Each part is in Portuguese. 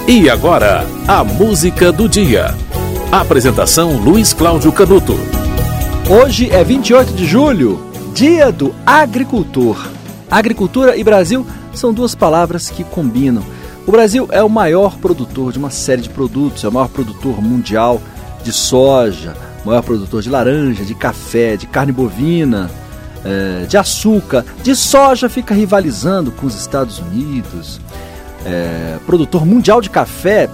E agora, a música do dia. Apresentação Luiz Cláudio Canuto. Hoje é 28 de julho, dia do agricultor. Agricultura e Brasil são duas palavras que combinam. O Brasil é o maior produtor de uma série de produtos, é o maior produtor mundial de soja, o maior produtor de laranja, de café, de carne bovina, de açúcar. De soja fica rivalizando com os Estados Unidos. Produtor mundial de café,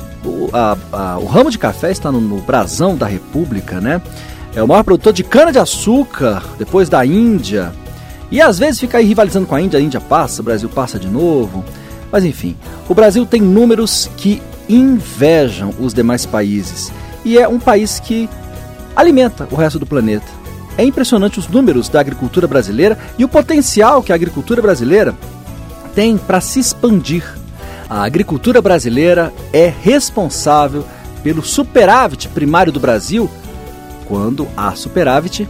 o ramo de café está no brasão da República, né? É o maior produtor de cana-de-açúcar, depois da Índia. E às vezes fica aí rivalizando com a Índia passa, o Brasil passa de novo. Mas enfim, o Brasil tem números que invejam os demais países. E é um país que alimenta o resto do planeta. É impressionante os números da agricultura brasileira e o potencial que a agricultura brasileira tem para se expandir. A agricultura brasileira é responsável pelo superávit primário do Brasil, quando há superávit,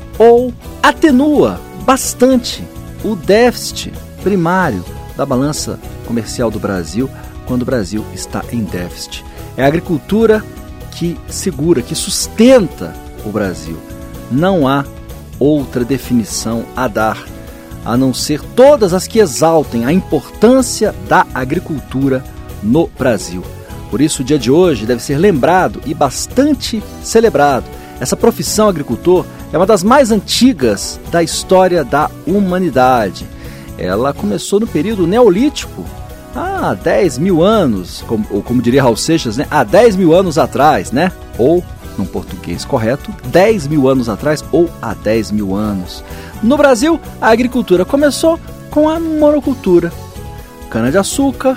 ou atenua bastante o déficit primário da balança comercial do Brasil, quando o Brasil está em déficit. É a agricultura que segura, que sustenta o Brasil. Não há outra definição a dar, a não ser todas as que exaltem a importância da agricultura no Brasil. Por isso, o dia de hoje deve ser lembrado e bastante celebrado. Essa profissão agricultor é uma das mais antigas da história da humanidade. Ela começou no período neolítico, há 10 mil anos, como diria Raul Seixas, né? Há 10 mil anos atrás, né? Ou, no português correto, 10 mil anos atrás ou há 10 mil anos. No Brasil, a agricultura começou com a monocultura. Cana-de-açúcar,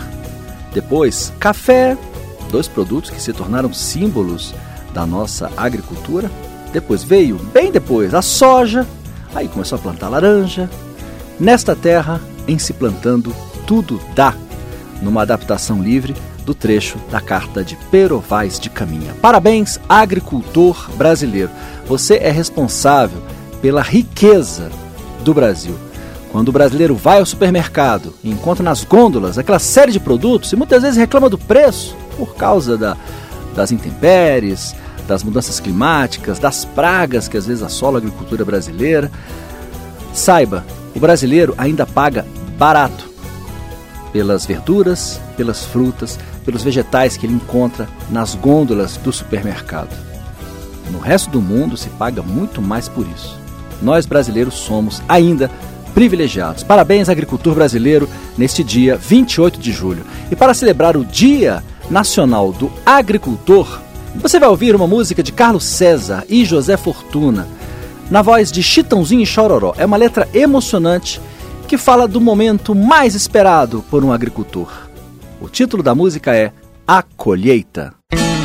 depois café, dois produtos que se tornaram símbolos da nossa agricultura. Depois veio, bem depois, a soja, aí começou a plantar laranja. Nesta terra, em se plantando, tudo dá, numa adaptação livre do trecho da carta de Pero Vaz de Caminha. Parabéns, agricultor brasileiro. Você é responsável pela riqueza do Brasil. Quando o brasileiro vai ao supermercado e encontra nas gôndolas aquela série de produtos e muitas vezes reclama do preço por causa das intempéries, das mudanças climáticas, das pragas que às vezes assolam a agricultura brasileira, saiba, o brasileiro ainda paga barato pelas verduras, pelas frutas, pelos vegetais que ele encontra nas gôndolas do supermercado. No resto do mundo se paga muito mais por isso. Nós brasileiros somos ainda privilegiados. Parabéns, agricultor brasileiro, neste dia 28 de julho. E para celebrar o Dia Nacional do Agricultor, você vai ouvir uma música de Carlos César e José Fortuna, na voz de Chitãozinho e Chororó. É uma letra emocionante que fala do momento mais esperado por um agricultor. O título da música é A Colheita.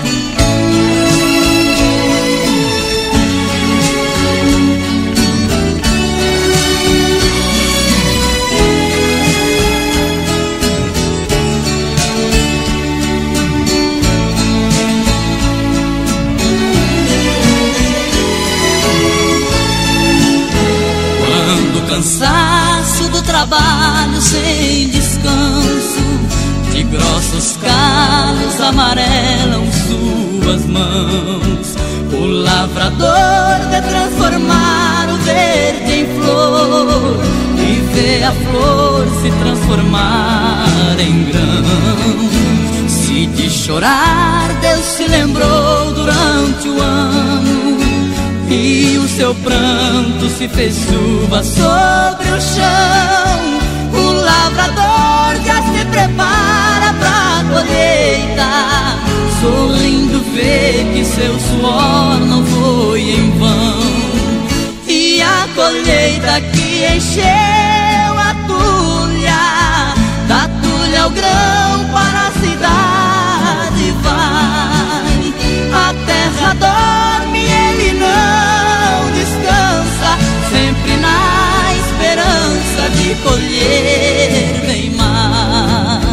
Cansaço do trabalho sem descanso, de grossos calos amarelam suas mãos. O lavrador vê transformar o verde em flor e vê a flor se transformar em grão. Se de chorar Deus se lembrou durante o ano, e o seu pranto se fez chuva sobre o chão, o lavrador já se prepara pra colheita, sorrindo vê que seu suor não foi em vão. E a colheita que encheu a tulha, da tulha ao grão para a cidade vai. A terra dorme, ele não descansa, sempre na esperança de colher bem mais.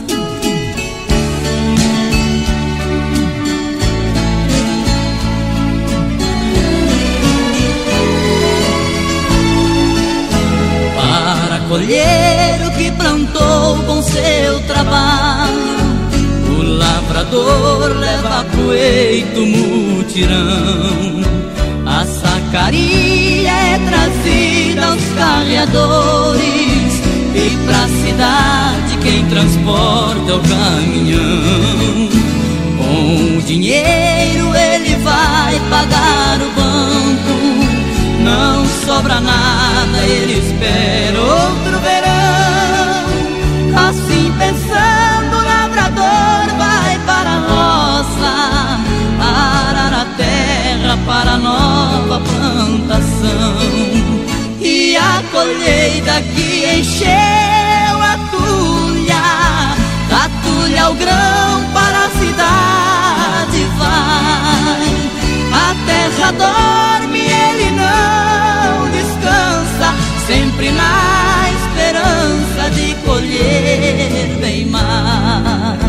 Para colher o que plantou com seu trabalho, o lavrador leva pro eito mutirão. A sacaria é trazida aos carreadores, e pra cidade quem transporta é o caminhão. Com o dinheiro ele vai pagar o banco, não sobra nada, ele espera outro verão. Assim pensando, o lavrador vai para a roça, arar a terra para a nova plantação. E a colheita que encheu a tulha, da tulha o grão para a cidade vai. A terra dorme, ele não descansa, sempre na esperança de colher bem mais.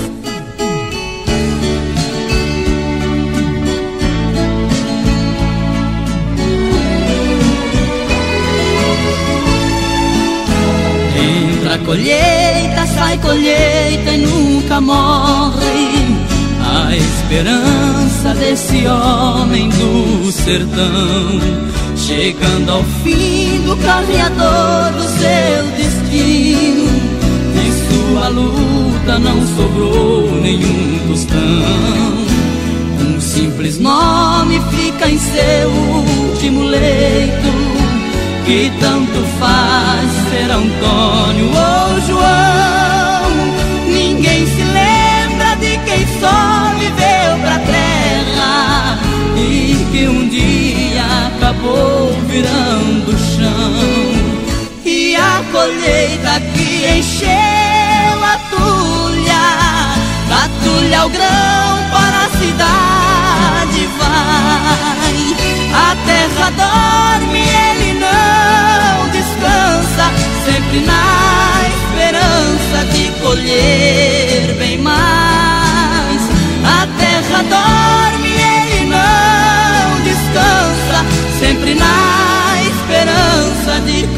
Entra a colheita, sai colheita e nunca morre a esperança desse homem do sertão, chegando ao fim do carreador do seu destino. De sua luta não sobrou nenhum tostão, um simples nome fica em seu último leito, que tanto faz ser Antônio ou João. Ninguém se lembra de quem só viveu pra terra e que um dia acabou virando chão. E a colheita que encheu a tulha, da tulha o grão para a cidade vai. A terra dorme, ele não descansa, sempre na esperança de colher bem mais. A terra dorme, ele não descansa, sempre na esperança de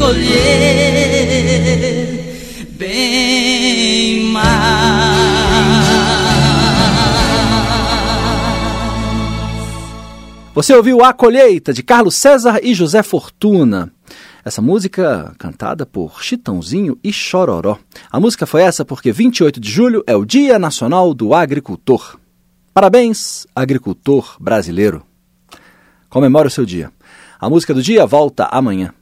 colher bem mais. Você ouviu A Colheita, de Carlos César e José Fortuna. Essa música cantada por Chitãozinho e Chororó. A música foi essa porque 28 de julho é o Dia Nacional do Agricultor. Parabéns, agricultor brasileiro. Comemore o seu dia. A música do dia volta amanhã.